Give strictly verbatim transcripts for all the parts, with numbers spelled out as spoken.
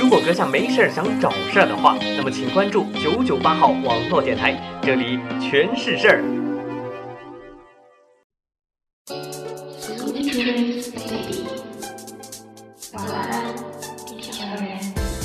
如果阁下没事想找事儿的话，那么请关注九九八号网络电台，这里全是事儿。 晚安，地球人。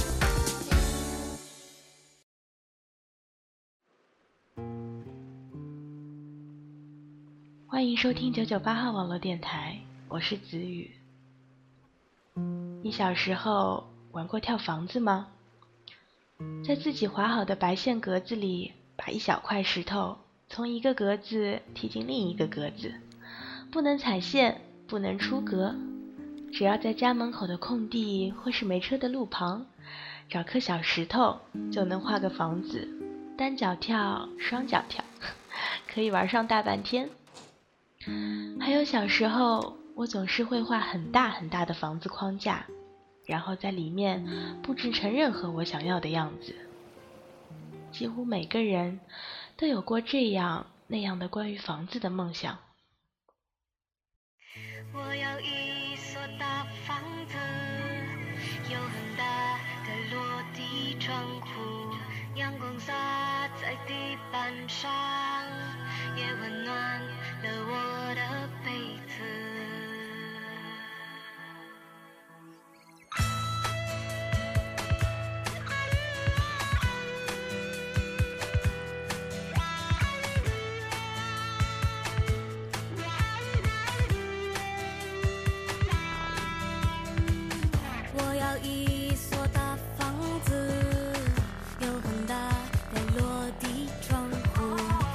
欢迎收听九九八号网络电台，我是子宇。你小时候玩过跳房子吗？在自己划好的白线格子里，把一小块石头从一个格子踢进另一个格子，不能踩线，不能出格，只要在家门口的空地或是没车的路旁找颗小石头，就能画个房子，单脚跳，双脚跳，可以玩上大半天。还有小时候，我总是会画很大很大的房子框架，然后在里面布置成任何我想要的样子。几乎每个人都有过这样那样的关于房子的梦想。 我要一所大房子，有很大的落地窗户，阳光洒在地板上，也温暖了我的被子。我要一所大房子，有很大的落地窗户，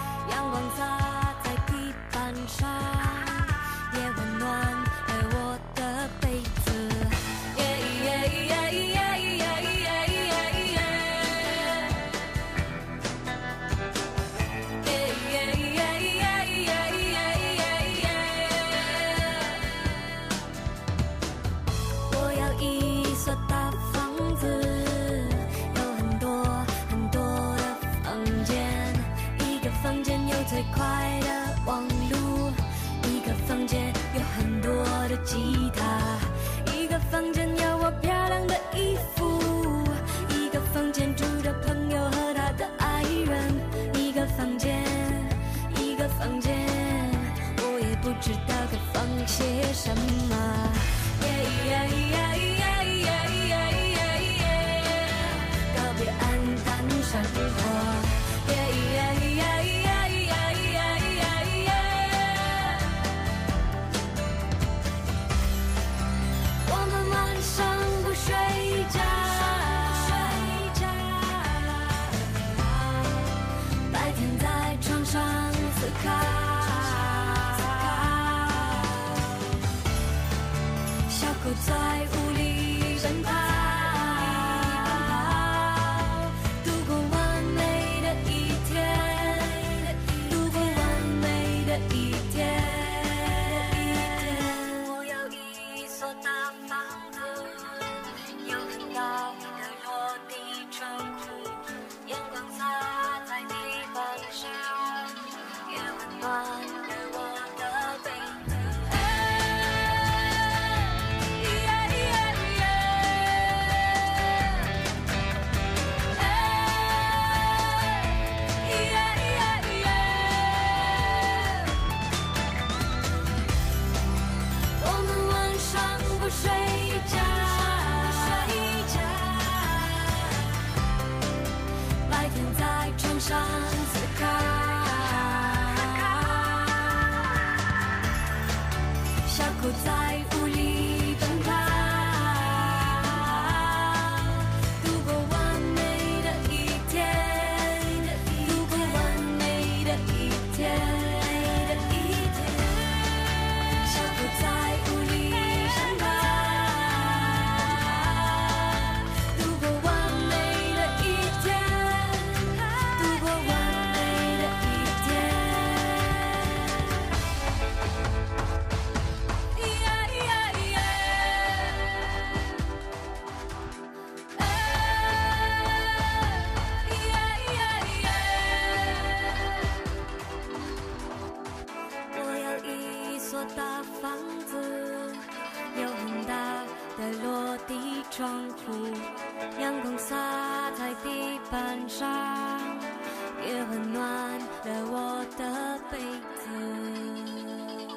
阳光洒在地板上，也温暖了我的被子。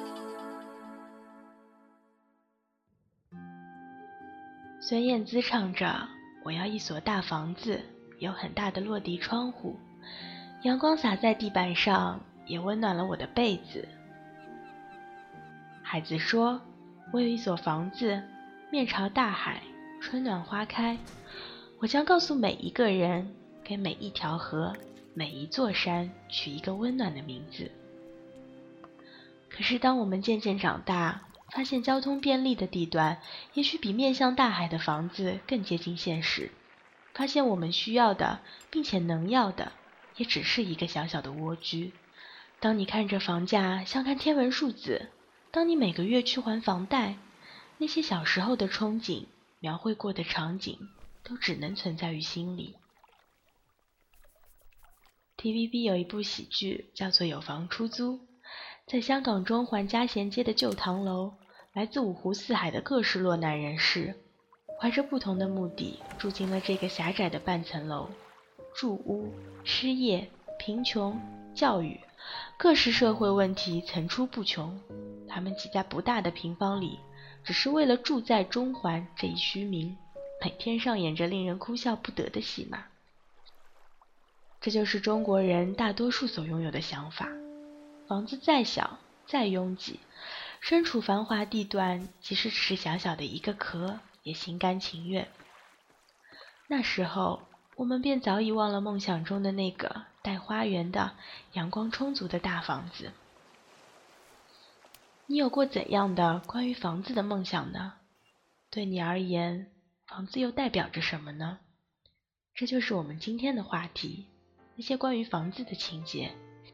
孙燕姿唱着，我要一所大房子，有很大的落地窗户，阳光洒在地板上，也温暖了我的被子。海子说，我有一所房子，面朝大海，春暖花开，我将告诉每一个人，给每一条河，每一座山取一个温暖的名字。可是当我们渐渐长大，发现交通便利的地段也许比面向大海的房子更接近现实，发现我们需要的并且能要的也只是一个小小的蜗居。当你看着房价像看天文数字，当你每个月去还房贷，那些小时候的憧憬，描绘过的场景都只能存在于心里。 T V B 有一部喜剧叫做《有房出租》，在香港中环嘉贤街的旧唐楼，来自五湖四海的各式落难人士，怀着不同的目的住进了这个狭窄的半层楼。住屋、失业、贫穷、教育，各式社会问题层出不穷。他们挤在不大的平房里，只是为了住在中环这一虚名，每天上演着令人哭笑不得的戏码。这就是中国人大多数所拥有的想法。房子再小再拥挤，身处繁华地段，即使只是小小的一个壳，也心甘情愿。那时候我们便早已忘了梦想中的那个带花园的阳光充足的大房子。你有过怎样的关于房子的梦想呢？对你而言，房子又代表着什么呢？这就是我们今天的话题，那些关于房子的情节。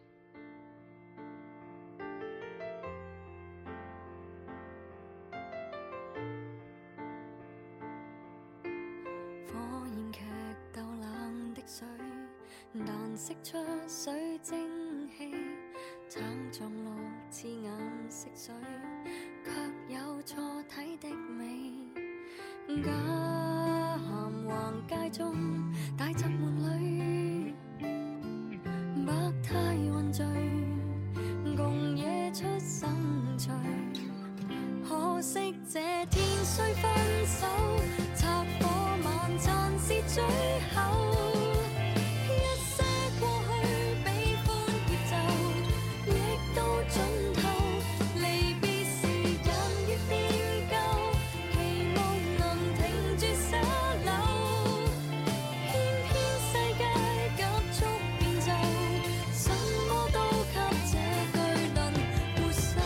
火焰劇鬥冷的水，但釋出水蒸氣，橙撞綠刺眼色水，卻有錯體的美。假鹹橫街中，大宅門裏，百態混聚，共惹出生趣。可惜這天雖分手，拆火晚餐是最後。一些過去比歡悅就亦到盡頭，離別時人越變舊，期望能停住灑漏。偏偏世界急速變奏，什麼都給這巨輪沒收。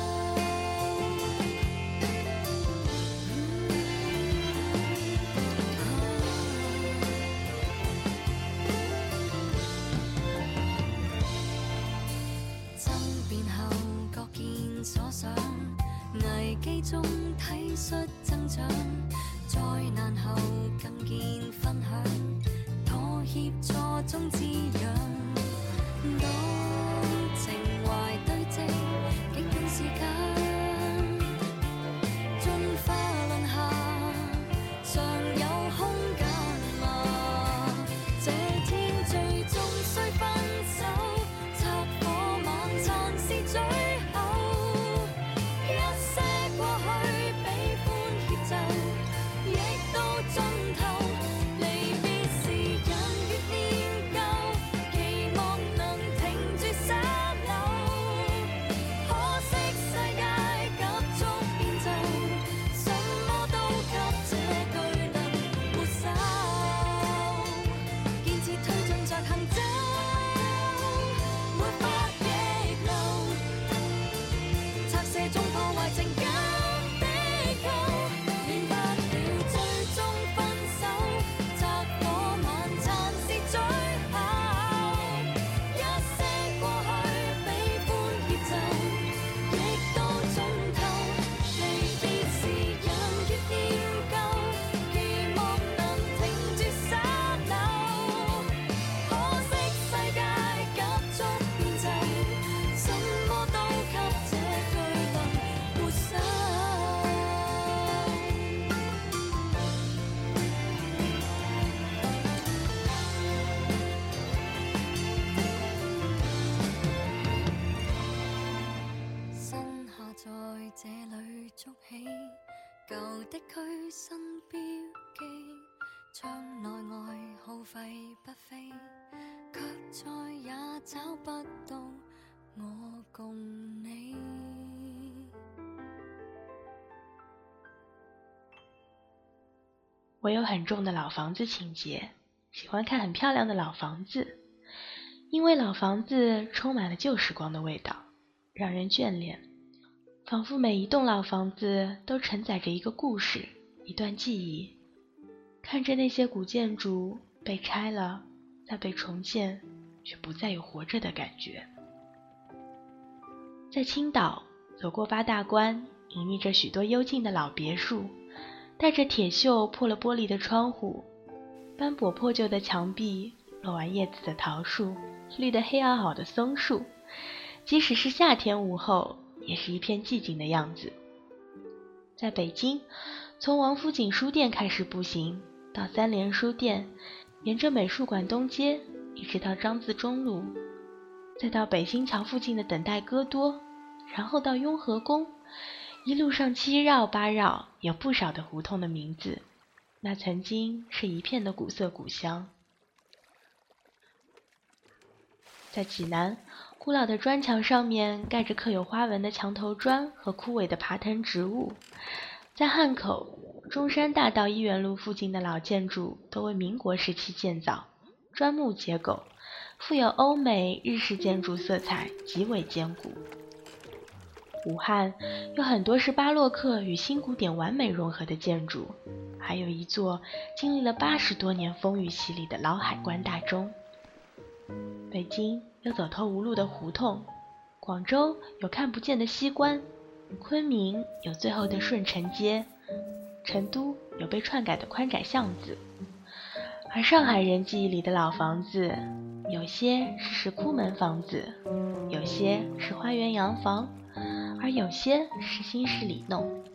所想危機中體恤增長，災難後更見分享，妥協錯綜滋養。當情懷堆積，極短時間，進化論下，尚有空間嗎？這天最終須分手，拆火晚餐是最後。 旧的區新標記，窗內外耗費不菲，卻再也找不到我共你。 我有很重的老房子情节，喜欢看很漂亮的老房子，因为老房子充满了旧时光的味道，让人眷恋，仿佛每一栋老房子都承载着一个故事，一段记忆。看着那些古建筑被拆了，再被重建，却不再有活着的感觉。在青岛走过八大关，隐匿着许多幽静的老别墅，带着铁锈破了玻璃的窗户，斑驳破旧的墙壁，落完叶子的桃树，绿得黑好好的松树，即使是夏天午后，也是一片寂静的样子。在北京，从王府井书店开始步行，到三联书店，沿着美术馆东街，一直到张自忠路，再到北新桥附近的等待戈多，然后到雍和宫，一路上七绕八绕，有不少的胡同的名字，那曾经是一片的古色古香。在济南，古老的砖墙上面盖着刻有花纹的墙头砖和枯萎的爬藤植物。在汉口，中山大道医院路附近的老建筑都为民国时期建造，砖木结构，富有欧美日式建筑色彩，极为坚固。武汉有很多是巴洛克与新古典完美融合的建筑，还有一座经历了八十多年风雨洗礼的老海关大钟。北京有走投无路的胡同，广州有看不见的西关，昆明有最后的顺城街，成都有被篡改的宽窄巷子。而上海人记忆里的老房子，有些是石窟门房子，有些是花园洋房，而有些是新式里弄。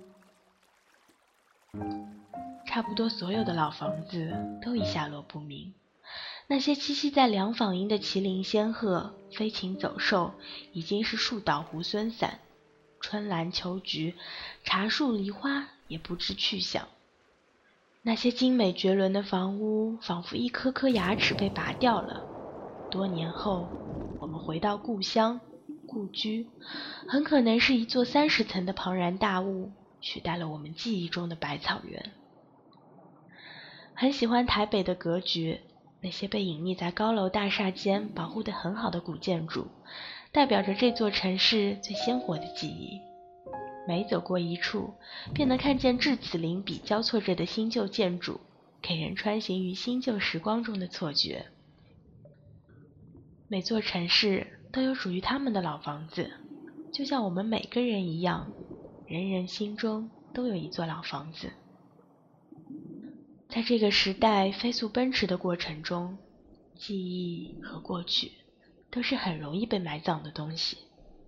差不多所有的老房子都已下落不明，那些栖息在凉坊阴的麒麟仙鹤、飞禽走兽，已经是树倒猢狲散，春兰秋菊、茶树梨花也不知去向。那些精美绝伦的房屋，仿佛一颗颗牙齿被拔掉了。多年后，我们回到故乡、故居，很可能是一座三十层的庞然大物，取代了我们记忆中的百草园。很喜欢台北的格局，那些被隐匿在高楼大厦间保护得很好的古建筑，代表着这座城市最鲜活的记忆。每走过一处，便能看见至此邻彼交错着的新旧建筑，给人穿行于新旧时光中的错觉。每座城市都有属于他们的老房子，就像我们每个人一样，人人心中都有一座老房子。在这个时代飞速奔驰的过程中，记忆和过去都是很容易被埋葬的东西。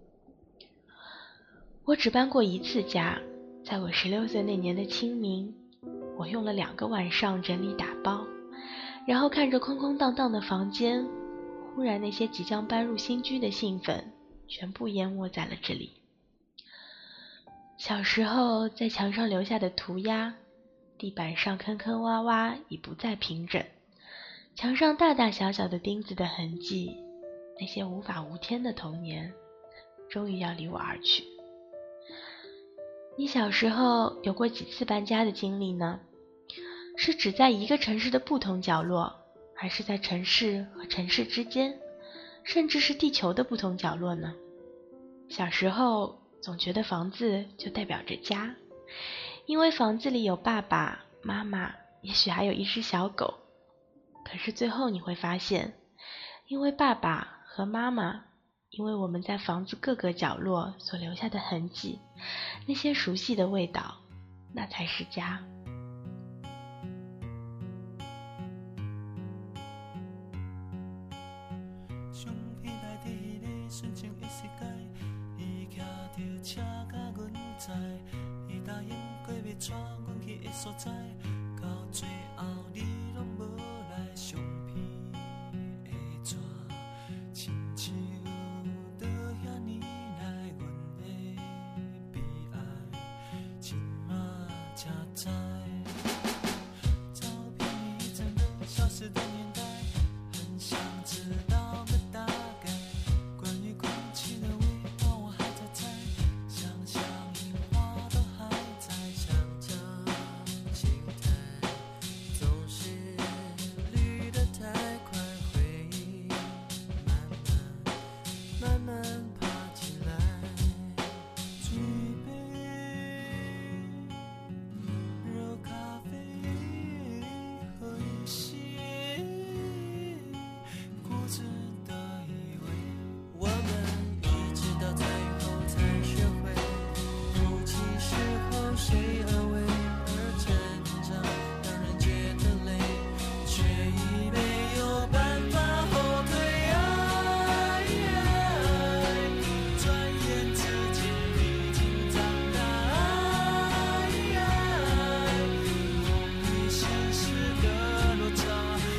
我只搬过一次家，在我十六岁那年的清明，我用了两个晚上整理打包，然后看着空空荡荡的房间，忽然那些即将搬入新居的兴奋全部淹没在了这里。小时候在墙上留下的涂鸦，地板上坑坑洼洼已不再平整，墙上大大小小的钉子的痕迹，那些无法无天的童年终于要离我而去。你小时候有过几次搬家的经历呢？是指在一个城市的不同角落，还是在城市和城市之间，甚至是地球的不同角落呢？小时候总觉得房子就代表着家，因为房子里有爸爸妈妈，也许还有一只小狗。可是最后你会发现，因为爸爸和妈妈，因为我们在房子各个角落所留下的痕迹，那些熟悉的味道，那才是家。 一在。照片里真的消失的年代，很想知道个大概。关于空气的味道，我还在猜。想象樱花都还在，想着青苔总是绿得太快，回忆慢慢慢慢爬起来。举杯热咖啡，喝一些，固执的以为我们一直到最后才学会，哭泣时候谁安慰，而成长让人觉得累，却已没有办法后退。转眼之间已经长大，梦与现实的落差，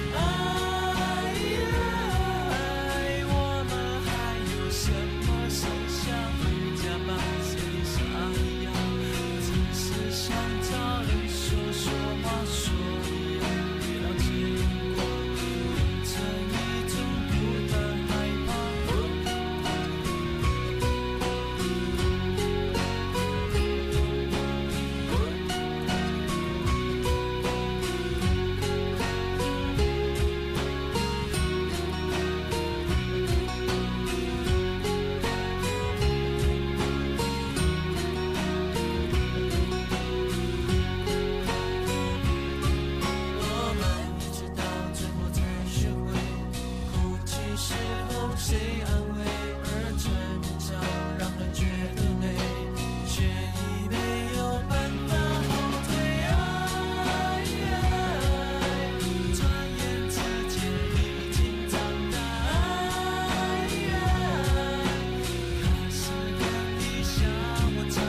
我们还有什么剩下？回家吧，像沙一样，只是想找人说说话，说一样，别让牵挂变成一种不断害怕。我们一直到最后才学会，哭泣时候谁安慰，而成长让人觉得累，却已没有办法后退。转眼之间已经长大，开始跟理想摩擦。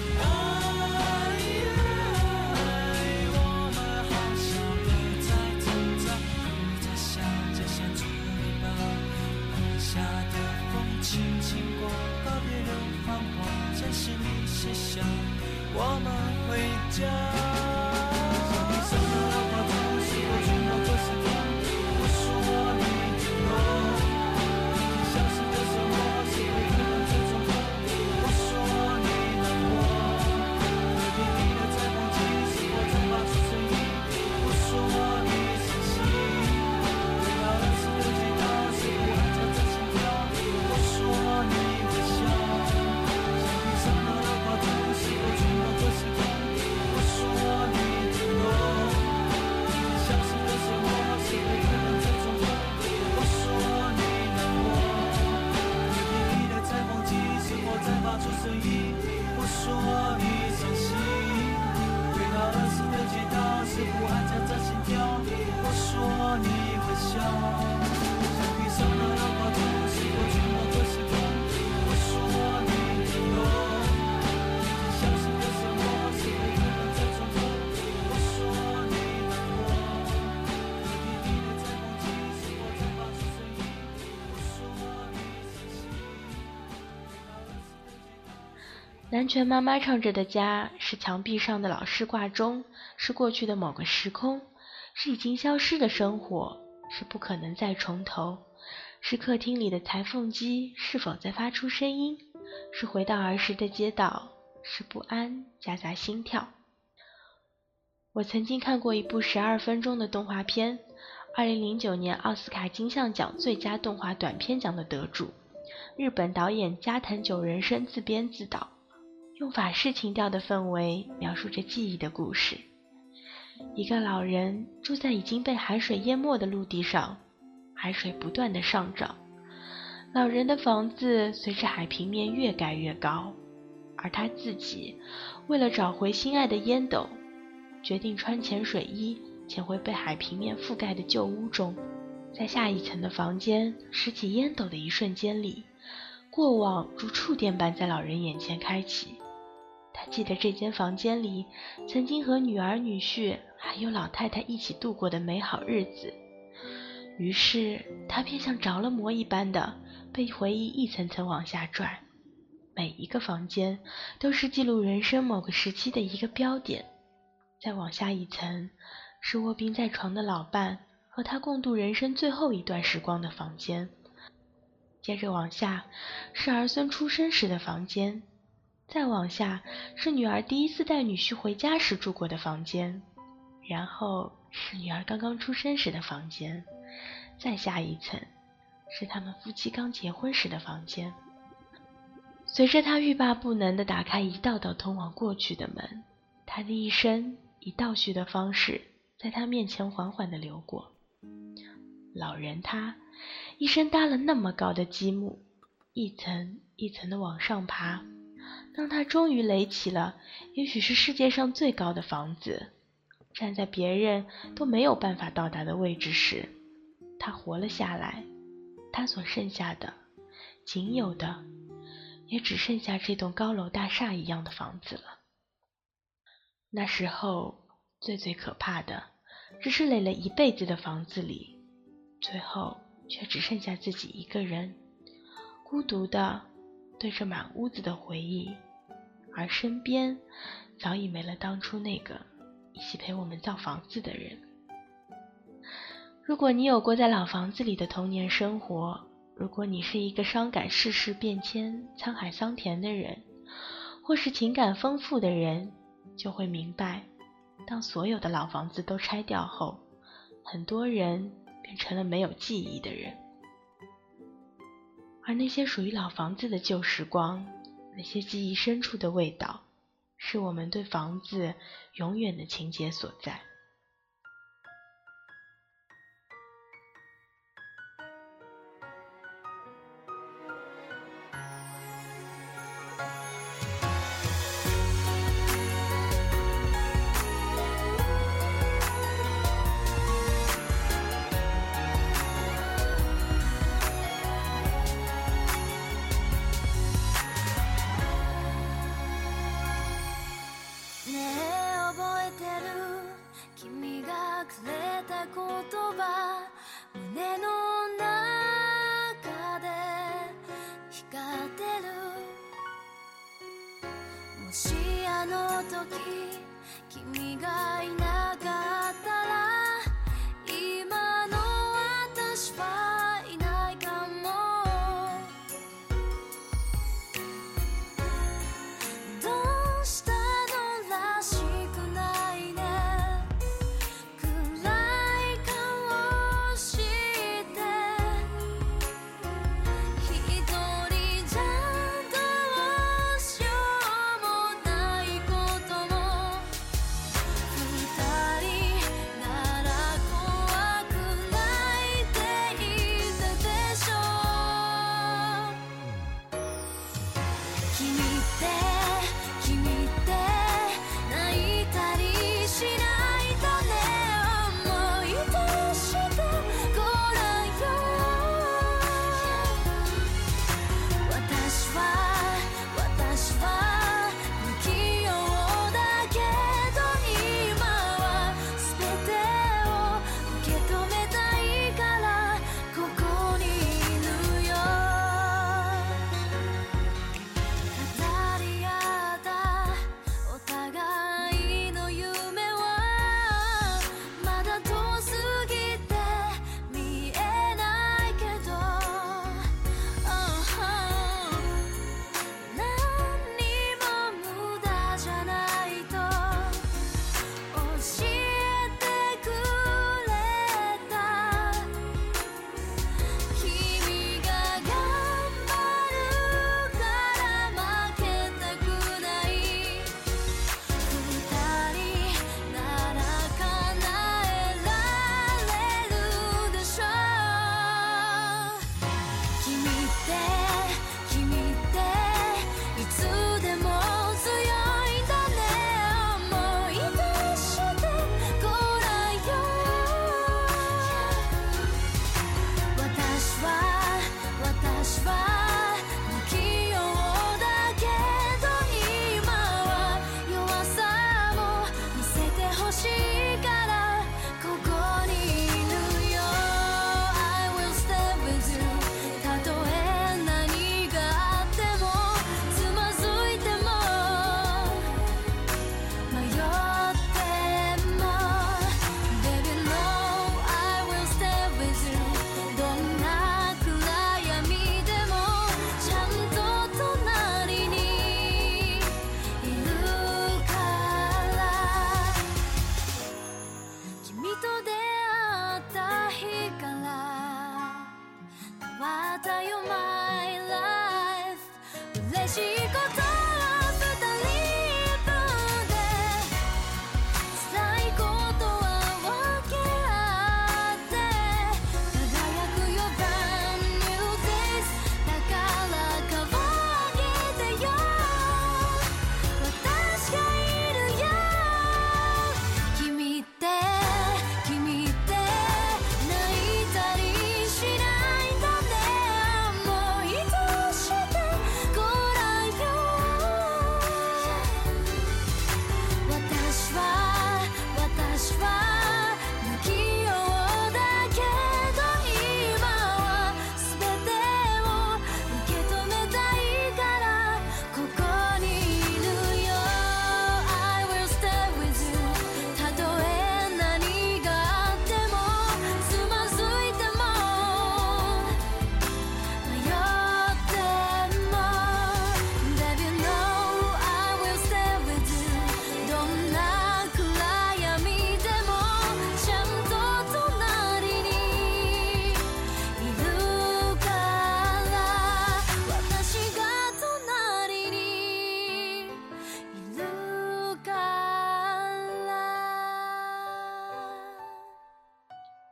我们好像都在挣扎，雨在下，家乡出了吧，晚霞的风轻轻过，告别人繁华，在心里写下我们回家。像你送的花，总是我承诺的时光，我说你听懂。已经消失的生活，是会可能最重要。我说你难过，和你你的在忘记，是我才发出声音。我说你伤心，对好了是的吉他，是不安家在心跳。我说你微笑，像地上的花，总是我承诺的时光。我说你听懂，已经消失的生活，是会可能最重要。我说你难过，和你你的在忘记，是我在发出声音。我说你伤心，对好了是的吉他，是不安家在心跳。我说你微笑，像地上的花，总是我承诺的时光。我说你听懂，已经消失的生活，是会可能最重要。我说你难过，和你你的在忘记，是我在发出声音。我说你伤心，对好了是的吉他。 南拳妈妈唱着的家，是墙壁上的老式挂钟，是过去的某个时空，是已经消失的生活，是不可能再重头，是客厅里的裁缝机是否在发出声音，是回到儿时的街道，是不安夹杂心跳。我曾经看过一部十二分钟的动画片，二零零九年奥斯卡金像奖最佳动画短片奖的得主，日本导演加藤久人生自编自导，用法式情调的氛围描述着记忆的故事。一个老人住在已经被海水淹没的陆地上，海水不断的上涨，老人的房子随着海平面越盖越高，而他自己为了找回心爱的烟斗，决定穿潜水衣潜回被海平面覆盖的旧屋中。在下一层的房间拾起烟斗的一瞬间里，过往如触电般在老人眼前开启。他记得这间房间里曾经和女儿女婿还有老太太一起度过的美好日子，于是他便像着了魔一般的被回忆一层层往下拽。每一个房间都是记录人生某个时期的一个标点， 再往下一层，是卧病在床的老伴和他共度人生最后一段时光的房间。接着往下是儿孙出生时的房间，再往下是女儿第一次带女婿回家时住过的房间，然后是女儿刚刚出生时的房间，再下一层是他们夫妻刚结婚时的房间。随着他欲罢不能地打开一道道通往过去的门，他的一生以倒叙的方式在他面前缓缓地流过。老人他一生搭了那么高的积木，一层一层地往上爬，当他终于垒起了也许是世界上最高的房子，站在别人都没有办法到达的位置时，他活了下来。他所剩下的仅有的也只剩下这栋高楼大厦一样的房子了。那时候最最可怕的只是垒了一辈子的房子里，最后却只剩下自己一个人，孤独的对着满屋子的回忆，而身边早已没了当初那个一起陪我们造房子的人。如果你有过在老房子里的童年生活，如果你是一个伤感世事变迁、沧海桑田的人，或是情感丰富的人，就会明白，当所有的老房子都拆掉后，很多人变成了没有记忆的人。而那些属于老房子的旧时光，那些记忆深处的味道，是我们对房子永远的情结所在。 もしあの時君がいなかったら今の私はいないかも。どうしたのらしくないね、暗い顔して一人じゃどうしようもないことも二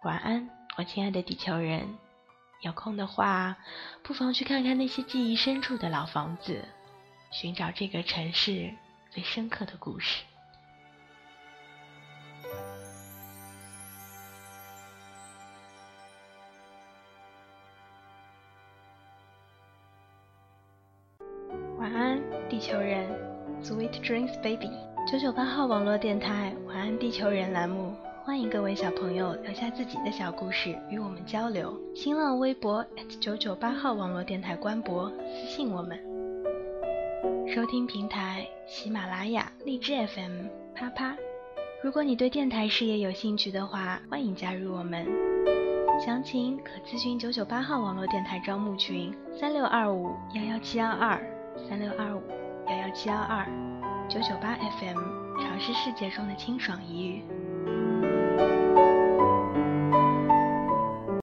晚安，我亲爱的地球人。有空的话，不妨去看看那些记忆深处的老房子，寻找这个城市最深刻的故事。晚安，地球人 ，Sweet dreams, baby。九九八号网络电台晚安地球人栏目，欢迎各位小朋友留下自己的小故事与我们交流。新浪微博 at 九九八号网络电台官博私信我们。收听平台喜马拉雅、荔枝 F M、啪啪。如果你对电台事业有兴趣的话，欢迎加入我们。详情可咨询九九八号网络电台招募群三六二五幺幺七幺二三六二五幺幺七幺二。九九八 F M， 潮湿世界中的清爽一隅。